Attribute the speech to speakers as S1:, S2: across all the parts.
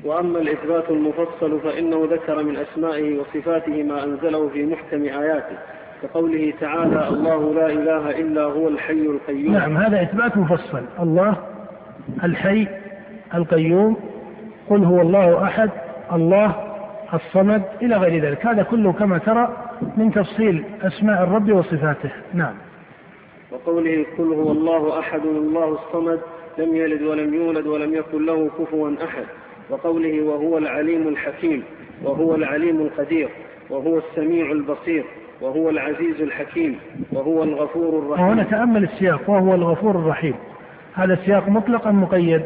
S1: وأما الإثبات المفصل فإنه ذكر من أسمائه وصفاته ما أنزله في محكم آياته كقوله تعالى الله لا إله إلا هو الحي القيوم.
S2: نعم، هذا إثبات مفصل، الله الحي القيوم، قل هو الله أحد، الله الصمد، إلى غير ذلك. هذا كله كما ترى من تفصيل أسماء الرب وصفاته. نعم.
S1: وقوله قل هو الله أحد الله الصمد لم يلد ولم يولد ولم يكن له كفوا أحد. وقوله وهو العليم الحكيم وهو العليم القدير وهو السميع البصير وهو العزيز الحكيم وهو الغفور الرحيم.
S2: وهنا تأمل السياق، وهو الغفور الرحيم، هذا السياق مطلق أم مقيد؟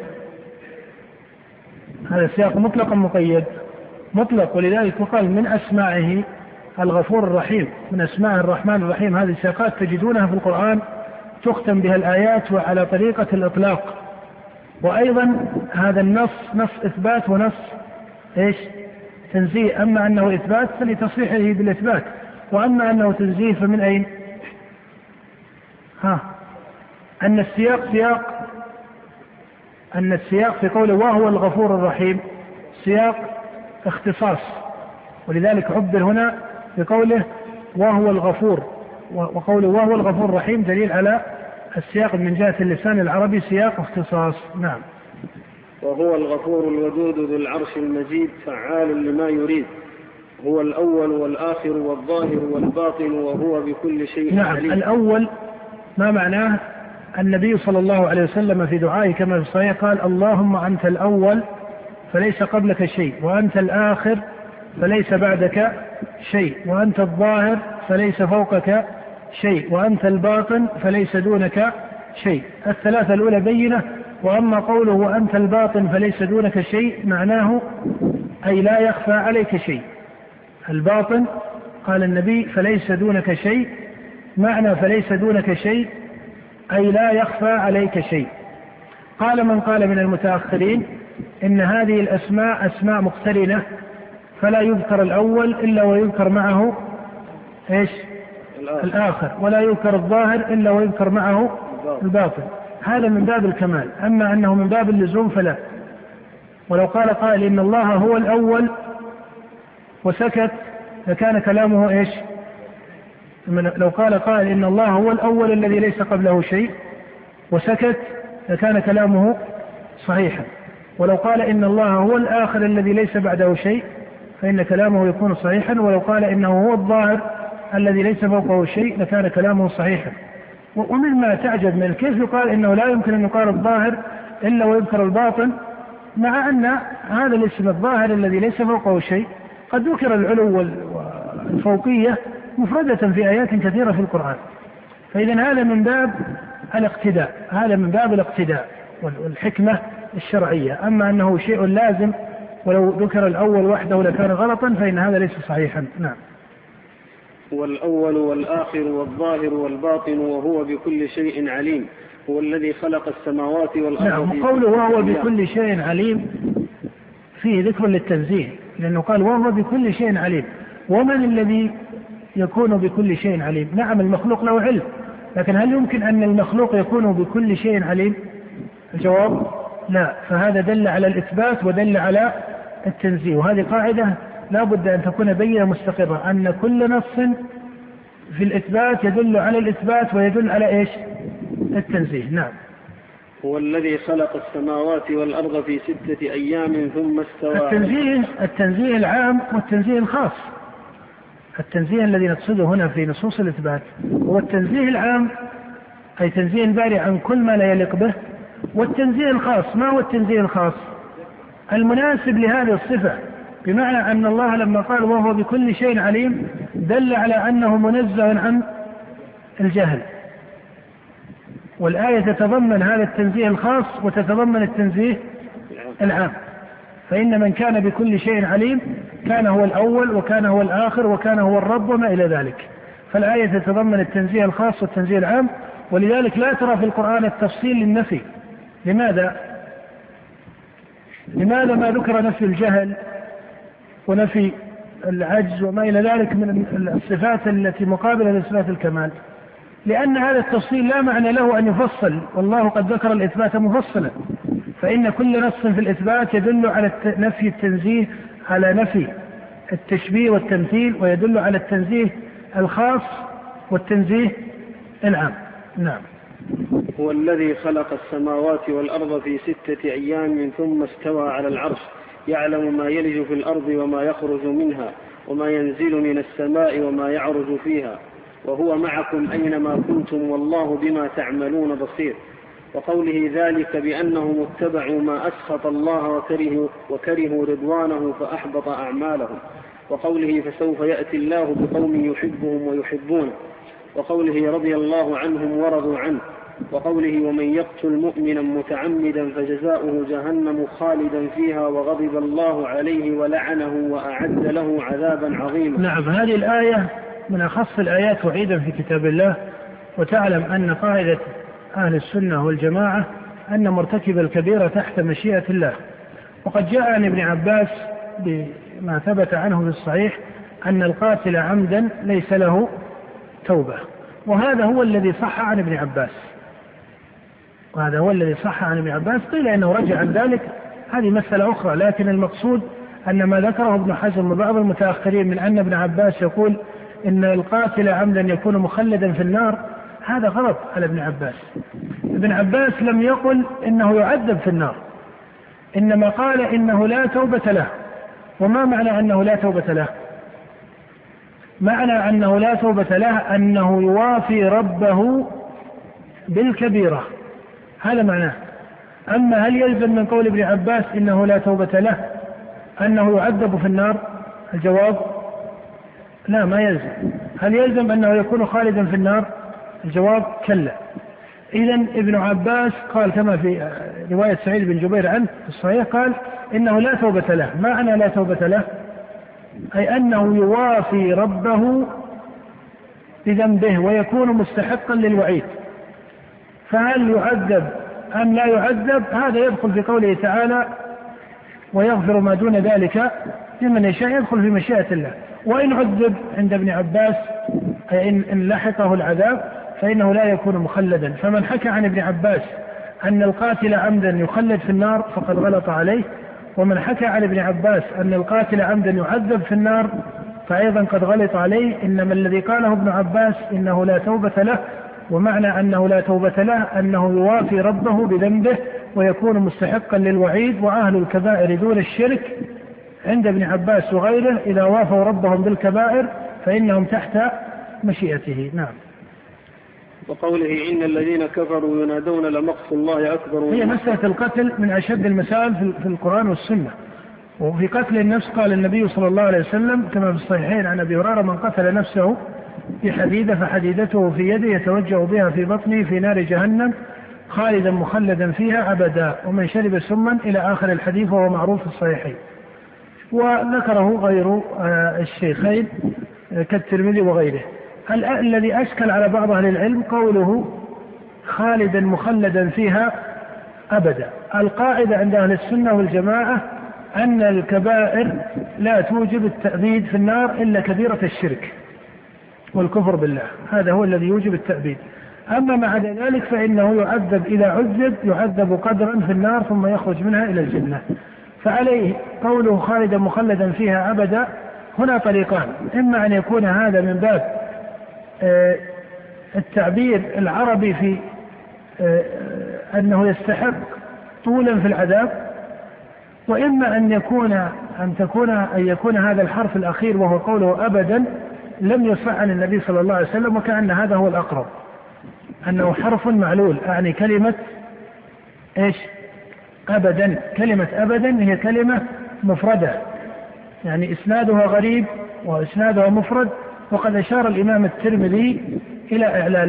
S2: هذا السياق مطلق أم مقيد؟ مطلق، ولذلك يقال من أسمائه الغفور الرحيم، من أسماء الرحمن الرحيم. هذه السياقات تجدونها في القرآن تختم بها الآيات وعلى طريقة الإطلاق. وأيضا هذا النص نص إثبات ونص تنزيه. أما أنه إثبات فلتصريحه بالإثبات، وأما أنه تنزيه فمن أين؟ أن السياق في قوله وهو الغفور الرحيم سياق اختصاص، ولذلك عبر هنا بقوله وهو الغفور، وقوله وهو الغفور الرحيم دليل على السياق من جهة اللسان العربي سياق اختصاص. نعم.
S1: وهو الغفور الودود ذو العرش المجيد فعال لما يريد، هو الأول والآخر والظاهر والباطن وهو بكل شيء عليم.
S2: نعم. الأول ما معناه؟ النبي صلى الله عليه وسلم في دعائه كما في الصحيح قال اللهم أنت الأول فليس قبلك شيء، وأنت الآخر فليس بعدك شيء، وأنت الظاهر فليس فوقك شيء، وأنت الباطن فليس دونك شيء. الثلاثة الأولى بينة. وأما قوله وأنت الباطن فليس دونك شيء معناه أي لا يخفى عليك شيء. الباطن قال النبي فليس دونك شيء، معنى فليس دونك شيء أي لا يخفى عليك شيء. قال من قال من المتأخرين إن هذه الأسماء أسماء مقترنة، فلا يذكر الأول إلا ويذكر معه الآخر، ولا يذكر الظاهر إلا ويذكر معه الباطن. هذا من باب الكمال. أما أنه من باب اللزوم فلا. ولو قال قائل إن الله هو الأول وسكت فكان كلامه لو قال قائل إن الله هو الأول الذي ليس قبله شيء وسكت فكان كلامه صحيحا. ولو قال إن الله هو الآخر الذي ليس بعده شيء فإن كلامه يكون صحيحا. ولو قال إنه هو الظاهر الذي ليس فوقه شيء لكان كلامه صحيحا. ومما تعجب من كيف يقال إنه لا يمكن أن يقال الظاهر إلا ويذكر الباطن، مع أن هذا الاسم الظاهر الذي ليس فوقه شيء قد ذكر العلو والفوقية مفردة في آيات كثيرة في القرآن. فإذا هذا من باب الاقتداء، هذا من باب الاقتداء والحكمة الشرعية. أما أنه شيء لازم ولو ذكر الأول وحده لكان غلطا فإن هذا ليس صحيحا. نعم.
S1: هو الأول والآخر والظاهر والباطن وهو بكل شيء عليم، هو الذي خلق السماوات والأرض.
S2: نعم. قوله وهو بكل شيء عليم فيه ذكر للتنزيه، لأنه قال وهو بكل شيء عليم. ومن الذي يكون بكل شيء عليم؟ نعم المخلوق له علم، لكن هل يمكن أن المخلوق يكون بكل شيء عليم؟ الجواب لا. فهذا دل على الإثبات ودل على التنزيه، وهذه قاعدة لا بد أن تكون بينة مستقرة، أن كل نص في الإثبات يدل على الإثبات ويدل على التنزيه. نعم.
S1: هو الذي خلق السماوات والأرض في 6 أيام ثم استوى.
S2: التنزيه العام والتنزيه الخاص. التنزيه الذي نقصده هنا في نصوص الإثبات هو التنزيه العام، أي تنزيه الباري عن كل ما لا يليق به. والتنزيه الخاص ما هو التنزيه الخاص؟ المناسب لهذه الصفة، بمعنى أن الله لما قال وهو بكل شيء عليم دل على أنه منزه عن الجهل، والآية تتضمن هذا التنزيه الخاص وتتضمن التنزيه العام. فإن من كان بكل شيء عليم كان هو الأول وكان هو الآخر وكان هو الرب وما إلى ذلك. فالآية تتضمن التنزيه الخاص والتنزيه العام، ولذلك لا ترى في القرآن التفصيل للنفي. لماذا ما ذكر نفي الجهل ونفي العجز وما إلى ذلك من الصفات التي مقابلة لصفات الكمال؟ لأن هذا التفصيل لا معنى له أن يفصل، والله قد ذكر الإثبات مفصلا، فإن كل نص في الإثبات يدل على نفي التنزيه على نفي التشبيه والتمثيل، ويدل على التنزيه الخاص والتنزيه العام. نعم.
S1: هو الذي خلق السماوات والأرض في 6 أيام ثم استوى على العرش يعلم ما يلج في الأرض وما يخرج منها وما ينزل من السماء وما يعرج فيها وهو معكم أينما كنتم والله بما تعملون بصير. وقوله ذلك بأنهم اتبعوا ما أسخط الله وكرهوا رضوانه فأحبط أعمالهم. وقوله فسوف يأتي الله بقوم يحبهم ويحبونه. وقوله رضي الله عنهم ورضوا عنه. وقوله ومن يقتل مؤمنا متعمدا فجزاؤه جهنم خالدا فيها وغضب الله عليه ولعنه وأعد له عذابا عظيما.
S2: نعم، هذه الآية من أخص الآيات وعيدا في كتاب الله. وتعلم أن قاعدة أهل السنة والجماعة أن مرتكب الكبيرة تحت مشيئة الله. وقد جاء عن ابن عباس بما ثبت عنه في الصحيح أن القاتل عمدا ليس له توبة، وهذا هو الذي صح عن ابن عباس. قيل إنه رجع عن ذلك، هذه مسألة أخرى، لكن المقصود أن ما ذكره ابن حزم وبعض المتأخرين من أن ابن عباس يقول إن القاتل عمدا يكون مخلدا في النار، هذا غلط على ابن عباس. ابن عباس لم يقل إنه يعذب في النار، إنما قال إنه لا توبة له. وما معنى أنه لا توبة له؟ معنى أنه لا توبة له أنه يوافي ربه بالكبيرة، هذا معناه. أما هل يلزم من قول ابن عباس إنه لا توبة له أنه يعذب في النار؟ الجواب لا، ما يلزم. هل يلزم أنه يكون خالدا في النار؟ الجواب كلا. إذن ابن عباس قال كما في رواية سعيد بن جبير عنه في الصحيح، قال إنه لا توبة له. معنى لا توبة له أي أنه يوافي ربه بذنبه ويكون مستحقا للوعيد. فهل يعذب أم لا يعذب؟ هذا يدخل في قوله تعالى ويغفر ما دون ذلك لمن يشاء، يدخل في مشيئة الله. وإن عذب عند ابن عباس أي إن لحقه العذاب فإنه لا يكون مخلدا. فمن حكى عن ابن عباس أن القاتل عمدا يخلد في النار فقد غلط عليه، ومن حكى عن ابن عباس أن القاتل عمدا يعذب في النار فأيضا قد غلط عليه. إنما الذي قاله ابن عباس إنه لا توبة له، ومعنى أنه لا توبة له أنه يوافي ربه بذنبه ويكون مستحقا للوعيد. وأهل الكبائر دون الشرك عند ابن عباس وغيره إذا وافوا ربهم بالكبائر فإنهم تحت مشيئته. نعم.
S1: وقوله إن الذين كفروا ينادون لمقت الله أكبر.
S2: هي مسألة القتل من أشد المسائل في القرآن والسنة. وفي قتل النفس قال النبي صلى الله عليه وسلم كما في الصحيحين عن أبي هريرة من قتل نفسه بحديدة فحديدته في يده يتوجه بها في بطنه في نار جهنم خالدا مخلدا فيها أبدا ومن شرب سما إلى آخر الحديث، وهو معروف في الصحيحين. وذكره غير الشيخين كالترمذي وغيره. الذي أشكل على بعض أهل العلم قوله خالدا مخلدا فيها أبدا. القاعدة عند أهل السنة والجماعة أن الكبائر لا توجب التأبيد في النار إلا كبيرة الشرك والكفر بالله، هذا هو الذي يوجب التأبيد. أما مع ذلك فإنه يعذب إذا عذب يعذب قدرا في النار ثم يخرج منها إلى الجنة. فعليه قوله خالدا مخلدا فيها أبدا هنا طريقان: إما أن يكون هذا من باب التعبير العربي في أنه يستحق طولا في العذاب، وإما أن يكون هذا الحرف الأخير وهو قوله أبدا لم يصح عن النبي صلى الله عليه وسلم، وكأن هذا هو الأقرب، أنه حرف معلول. يعني كلمة إيش؟ أبدا. كلمة أبدا هي كلمة مفردة، يعني إسنادها غريب وإسنادها مفرد. وقد أشار الإمام الترمذي إلى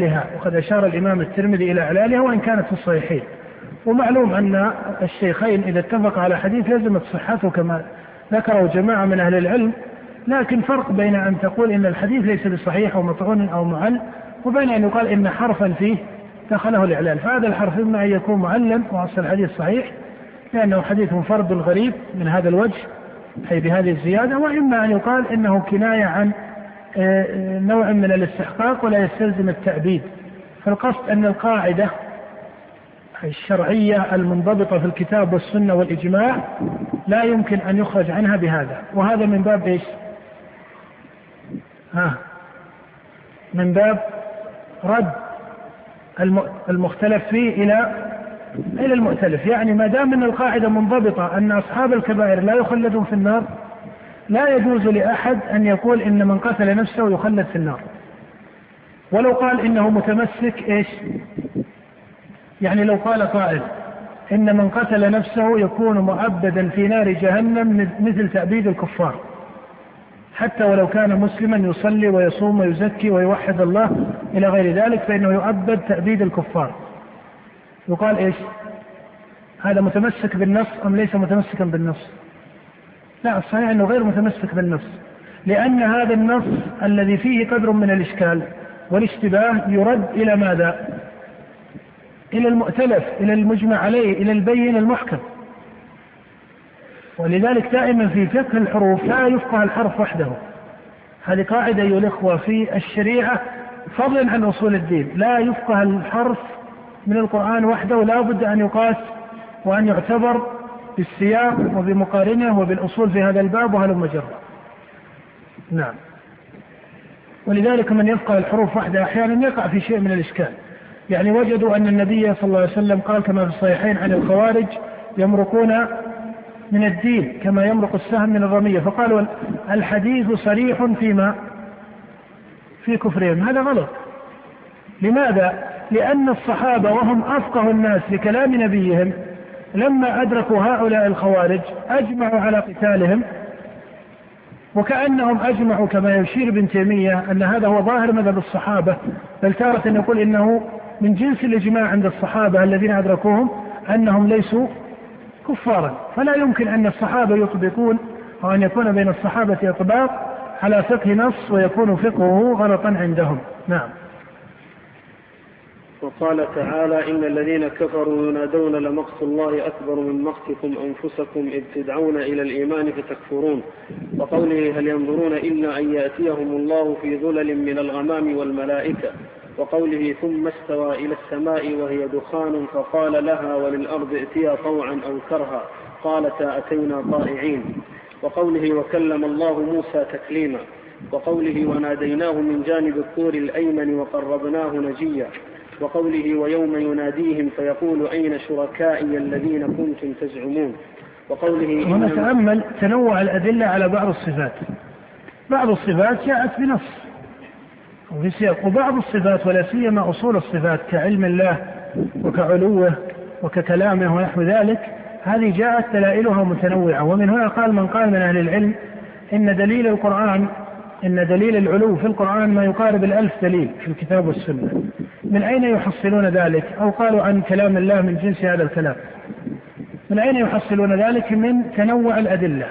S2: إعلالها وإن كانت في الصحيحين. ومعلوم أن الشيخين إذا اتفق على حديث لازمت صحته كما ذكروا جماعة من أهل العلم، لكن فرق بين أن تقول إن الحديث ليس بصحيح أو مطعون أو معل، وبين أن يقال إن حرفا فيه دخله الإعلال. فهذا الحرف إما أن يكون معلم وأصل الحديث صحيح لأنه حديث فرد غريب من هذا الوجه أي بهذه الزيادة، وإما أن يقال إنه كناية عن نوع من الاستحقاق ولا يستلزم التأبيد. فالقصد أن القاعدة الشرعية المنضبطة في الكتاب والسنة والإجماع لا يمكن أن يخرج عنها بهذا. وهذا من باب إيش؟ من باب رد المختلف فيه إلى المؤتلف. يعني ما دام أن القاعدة منضبطة أن أصحاب الكبائر لا يخلدون في النار، لا يجوز لأحد أن يقول إن من قتل نفسه يخلد في النار، ولو قال إنه متمسك إيش؟ يعني لو قال قائل إن من قتل نفسه يكون مؤبدا في نار جهنم مثل تأبيد الكفار، حتى ولو كان مسلما يصلي ويصوم ويزكي ويوحد الله إلى غير ذلك فإنه يؤبد تأبيد الكفار، يقال إيش؟ هذا متمسك بالنص أم ليس متمسكا بالنص؟ لا، الصحيح أنه غير متمسك بالنص، لأن هذا النص الذي فيه قدر من الإشكال والاشتباه يرد إلى ماذا؟ إلى المؤتلف، إلى المجمع عليه، إلى البين المحكم. ولذلك دائما في فقه الحروف لا يفقه الحرف وحده. هذه قاعدة أيها الإخوة في الشريعة فضلا عن أصول الدين، لا يفقه الحرف من القرآن وحده، لا بد أن يقاس وأن يعتبر بالسياق وبمقارنه وبالأصول في هذا الباب وهلم جرا. نعم. ولذلك من يفقه الحروف وحده أحيانا يقع في شيء من الإشكال. يعني وجدوا أن النبي صلى الله عليه وسلم قال كما في الصحيحين عن الخوارج يمرقون من الدين كما يمرق السهم من الرمية، فقالوا الحديث صريح في كفرهم. هذا غلط. لماذا؟ لأن الصحابة وهم أفقه الناس لكلام نبيهم لما أدركوا هؤلاء الخوارج أجمعوا على قتالهم، وكأنهم أجمعوا كما يشير ابن تيمية أن هذا هو ظاهر مذهب الصحابة، بل تارة يقول إنه من جنس الإجماع عند الصحابة الذين أدركوهم أنهم ليسوا كفارا. فلا يمكن أن الصحابة يطبقون أو أن يكون بين الصحابة إطباق على فقه نص ويكون فقهه غلطا عندهم. نعم.
S1: وقال تعالى إن الذين كفروا ينادون لمقت الله أكبر من مقتكم أنفسكم إذ تدعون إلى الإيمان فتكفرون. وقوله هل ينظرون إلا أن يأتيهم الله في ظلل من الغمام والملائكة. وقوله ثم استوى إلى السماء وهي دخان فقال لها وللأرض ائتيا طوعا أو كرها قالتا أتينا طائعين. وقوله وكلم الله موسى تكليما. وقوله وناديناه من جانب الطور الأيمن وقربناه نجيا. وقوله ويوم يناديهم فيقول أين شركائي الذين كنتم تزعمون. وقوله
S2: ونتأمل تنوع الأدلة على بعض الصفات. بعض الصفات جاءت بنص وفي سياق، وبعض الصفات ولا سيما أصول الصفات كعلم الله وكعلوه وككلامه ونحو ذلك هذه جاءت دلائلها متنوعة. ومن هنا قال من قال من أهل العلم إن دليل القرآن إن دليل العلو في القرآن ما يقارب 1000 دليل في الكتاب والسنة. من أين يحصلون ذلك؟ أو قالوا عن كلام الله من جنس هذا الكلام. من أين يحصلون ذلك؟ من تنوع الأدلة.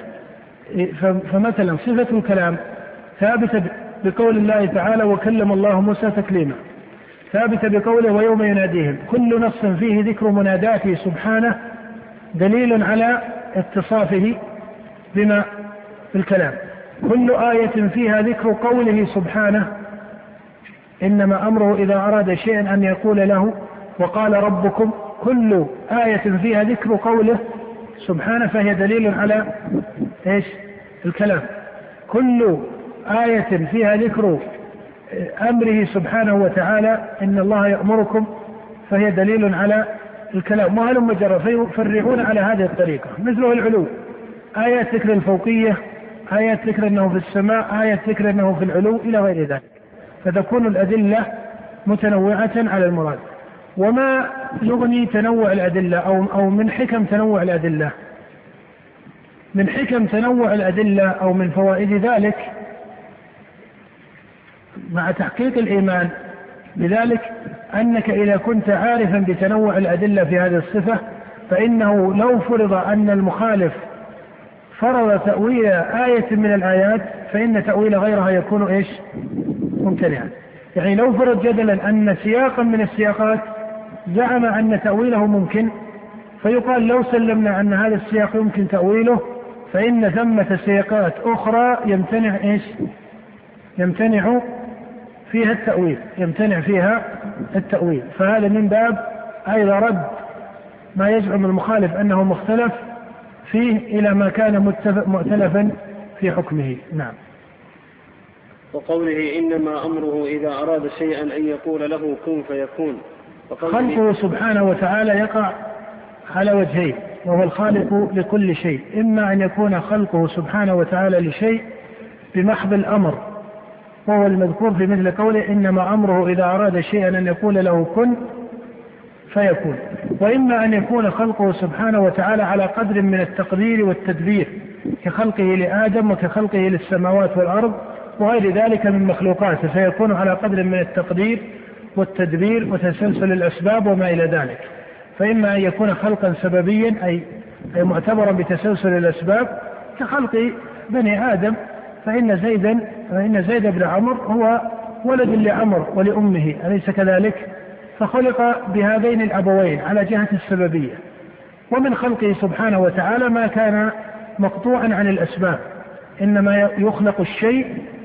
S2: فمثلا صفة الكلام ثابتة بقول الله تعالى وكلم الله موسى تكليما، ثابتة بقوله ويوم يناديهم. كل نص فيه ذكر مناداته سبحانه دليل على اتصافه بما في الكلام. كل آية فيها ذكر قوله سبحانه إنما أمره إذا أراد شيئا أن يقول له وقال ربكم. كل آية فيها ذكر قوله سبحانه فهي دليل على إيش؟ الكلام. كل آية فيها ذكر أمره سبحانه وتعالى إن الله يأمركم فهي دليل على الكلام. وهلم جرى فيفرعون على هذه الطريقة. مثله العلو، آيات ذكر الفوقية، آيات ذكر أنه في السماء، آيات ذكر أنه في العلو إلى غير ذلك. فتكون الأدلة متنوعة على المراد. وما يغني تنوع الأدلة أو من حكم تنوع الأدلة، من حكم تنوع الأدلة أو من فوائد ذلك مع تحقيق الإيمان بذلك أنك إذا كنت عارفا بتنوع الأدلة في هذه الصفة فإنه لو فرض أن المخالف فرض تأويل آية من الآيات فإن تأويل غيرها يكون إيش؟ ممتنعا. يعني لو فرض جدلا أن سياقا من السياقات زعم أن تأويله ممكن، فيقال لو سلمنا أن هذا السياق يمكن تأويله فإن ثمة سياقات أخرى يمتنع إيش؟ يمتنع فيها التأويل، يمتنع فيها التأويل. فهذا من باب أيضا رد ما يزعم المخالف أنه مختلف فيه إلى ما كان مؤتلفا في حكمه. نعم.
S1: وقوله إنما أمره إذا أراد شيئا أن يقول له كن فيكون.
S2: خلقه سبحانه وتعالى يقع على وجهين، وهو الخالق لكل شيء، إما أن يكون خلقه سبحانه وتعالى لشيء بمحض الأمر، وهو المذكور في مثل قوله إنما أمره إذا أراد شيئا أن يقول له كن فيكون، وإما أن يكون خلقه سبحانه وتعالى على قدر من التقدير والتدبير كخلقه لآدم وكخلقه للسماوات والأرض وغير ذلك من مخلوقاته، فيكون على قدر من التقدير والتدبير وتسلسل الأسباب وما إلى ذلك. فإما أن يكون خلقا سببيا أي معتبرا بتسلسل الأسباب كخلق بني آدم، فإن زيد بن عمرو هو ولد لعمر ولأمه، أليس كذلك؟ فخلق بهذين الأبوين على جهة السببية. ومن خلقه سبحانه وتعالى ما كان مقطوعا عن الأسباب، إنما يخلق الشيء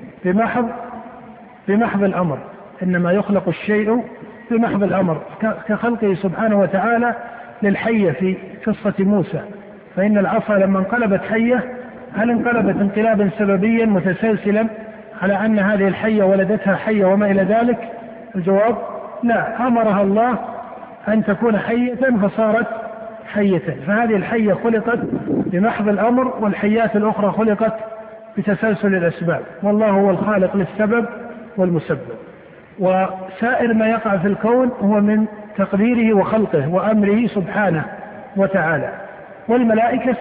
S2: بمحض الأمر، إنما يخلق الشيء بمحض الأمر، كخلقه سبحانه وتعالى للحية في قصة موسى، فإن العصا لما انقلبت حية هل انقلبت انقلابا سببيا متسلسلا على أن هذه الحية ولدتها حية وما إلى ذلك؟ الجواب لا، أمرها الله أن تكون حية فصارت حية، فهذه الحية خلقت بمحض الأمر، والحيات الأخرى خلقت بتسلسل الأسباب، والله هو الخالق للسبب والمسبب. وسائر ما يقع في الكون هو من تقديره وخلقه وأمره سبحانه وتعالى. والملائكة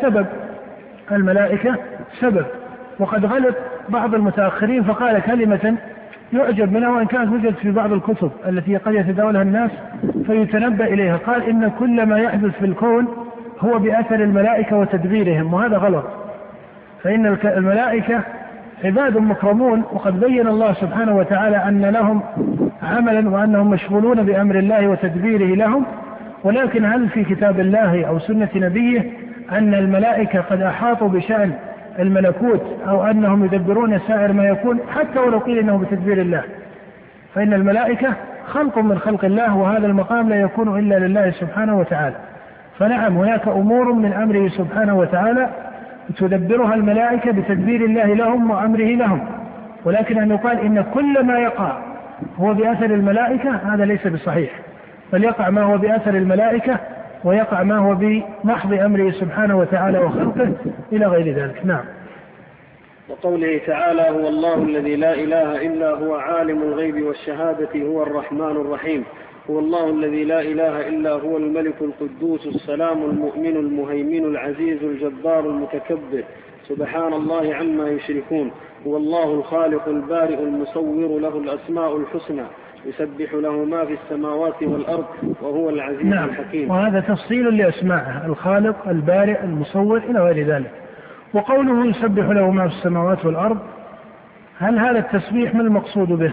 S2: سبب، وقد غلط بعض المتأخرين فقال كلمة يعجب منها وإن كانت وجدت في بعض الكتب التي قد يتداولها الناس فيتنبأ إليها، قال إن كل ما يحدث في الكون هو بأثر الملائكة وتدبيرهم، وهذا غلط، فإن الملائكة عباد مكرمون، وقد بين الله سبحانه وتعالى أن لهم عملا وأنهم مشغولون بأمر الله وتدبيره لهم، ولكن هل في كتاب الله أو سنة نبيه أن الملائكة قد أحاطوا بشأن الملكوت أو أنهم يدبرون سائر ما يكون، حتى ولو قيل إنه بتدبير الله؟ فإن الملائكة خلق من خلق الله، وهذا المقام لا يكون إلا لله سبحانه وتعالى. فنعم هناك أمور من أمره سبحانه وتعالى تدبرها الملائكة بتدبير الله لهم وأمره لهم، ولكن أن يقال إن كل ما يقع هو بأثر الملائكة هذا ليس بصحيح، بل يقع ما هو بأثر الملائكة ويقع ما هو بمحض أمره سبحانه وتعالى وخلقه إلى غير ذلك. نعم.
S1: وقوله تعالى هو الله الذي لا إله إلا هو عالم الغيب والشهادة هو الرحمن الرحيم. هو الله الذي لا إله إلا هو الملك القدوس السلام المؤمن المهيمن العزيز الجبار المتكبر سبحان الله عما يشركون. هو الله الخالق البارئ المصور له الأسماء الحسنى يسبح له ما في السماوات والأرض وهو العزيز الحكيم.
S2: وهذا تفصيل لأسماءه، الخالق البارئ المصور إلى غير ذلك. وقوله يسبح له ما في السماوات والأرض، هل هذا التسبيح ما المقصود به؟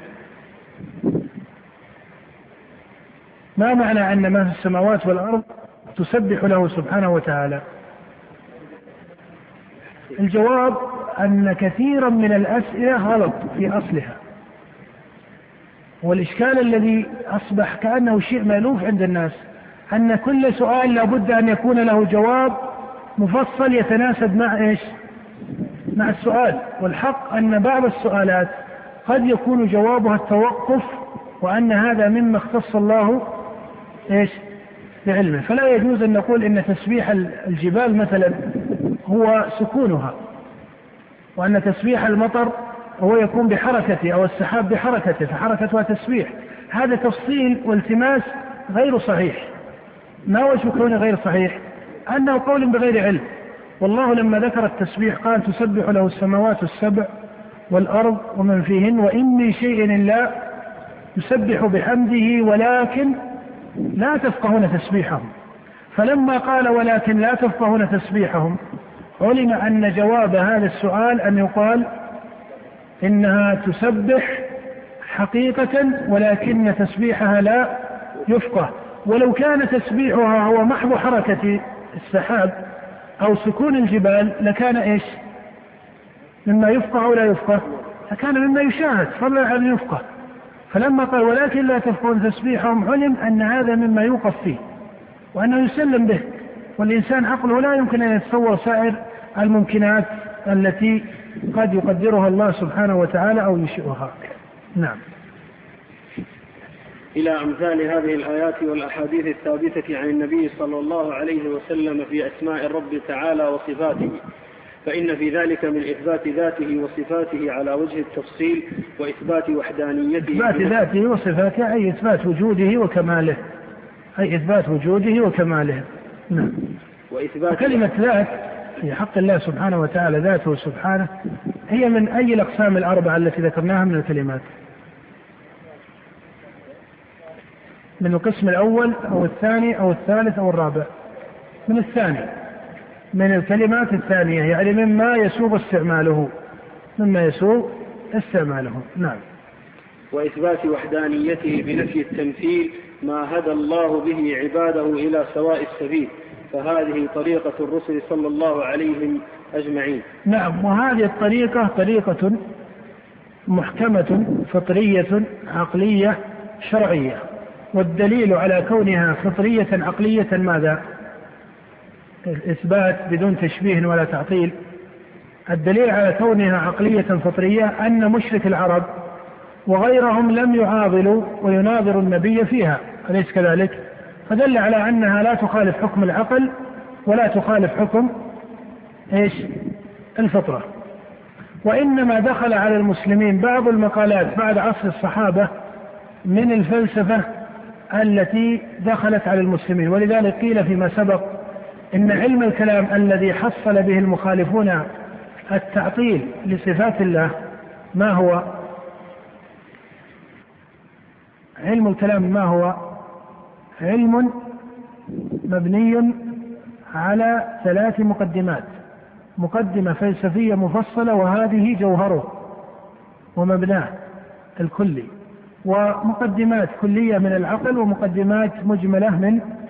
S2: ما معنى أن ما في السماوات والأرض تسبح له سبحانه وتعالى؟ الجواب أن كثيرا من الأسئلة غلط في أصلها، والإشكال الذي أصبح كأنه شيء مألوف عند الناس أن كل سؤال لابد أن يكون له جواب مفصل يتناسب مع السؤال، والحق أن بعض السؤالات قد يكون جوابها التوقف، وأن هذا مما اختص الله بعلمه. فلا يجوز أن نقول إن تسبيح الجبال مثلا هو سكونها، وأن تسبيح المطر هو يكون بحركته أو السحاب بحركته فحركتها تسبيح. هذا تفصيل والتماس غير صحيح. ما وجه كونه غير صحيح؟ أنه قول بغير علم. والله لما ذكر التسبيح قال تسبح له السماوات السبع والأرض ومن فيهن وإن من شيء إلا يسبح بحمده ولكن لا تفقهون تسبيحهم. فلما قال ولكن لا تفقهون تسبيحهم علم أن جواب هذا السؤال أن يقال إنها تسبح حقيقة ولكن تسبيحها لا يفقه. ولو كان تسبيحها هو محض حركة السحاب أو سكون الجبال لكان مما يفقه أو لا يفقه؟ لكان مما يشاهد فضلا عن يفقه. فلما قال ولكن لا تفقهون تسبيحهم علم أن هذا مما يوقف فيه، وأنه يسلم به، والإنسان عقله لا يمكن أن يتصور سائر الممكنات التي قد يقدرها الله سبحانه وتعالى أو يشئها. نعم.
S1: إلى أمثال هذه الآيات والأحاديث الثابتة عن النبي صلى الله عليه وسلم في أسماء الرب تعالى وصفاته، فإن في ذلك من إثبات ذاته وصفاته على وجه التفصيل، وإثبات وحدانيته.
S2: إثبات ذاته وصفاته أي إثبات وجوده وكماله، أي إثبات وجوده وكماله. نعم. وكلمة ذات في حق الله سبحانه وتعالى، ذاته سبحانه، هي من أي الأقسام الأربعة التي ذكرناها من الكلمات؟ من القسم الأول أو الثاني أو الثالث أو الرابع؟ من الثاني، من الكلمات الثانية، يعني مما يسوغ استعماله، مما يسوغ استعماله. نعم.
S1: وإثبات وحدانيته بنفي التمثيل ما هدى الله به عباده إلى سواء السبيل، فهذه طريقة الرسل صلى الله عليهم أجمعين.
S2: نعم. وهذه الطريقة طريقة محكمة فطرية عقلية شرعية، والدليل على كونها فطرية عقلية ماذا؟ الإثبات بدون تشبيه ولا تعطيل. الدليل على كونها عقلية فطرية أن مشرك العرب وغيرهم لم يعاضلوا ويناظروا النبي فيها، أليس كذلك؟ فدل على أنها لا تخالف حكم العقل ولا تخالف حكم إيش؟ الفطرة. وإنما دخل على المسلمين بعض المقالات بعد عصر الصحابة من الفلسفة التي دخلت على المسلمين، ولذلك قيل فيما سبق إن علم الكلام الذي حصل به المخالفون التعطيل لصفات الله ما هو؟ علم الكلام ما هو؟ علم مبني على 3 مقدمات: مقدمة فلسفية مفصلة وهذه جوهره ومبناه الكلي، ومقدمات كلية من العقل، ومقدمات مجملة من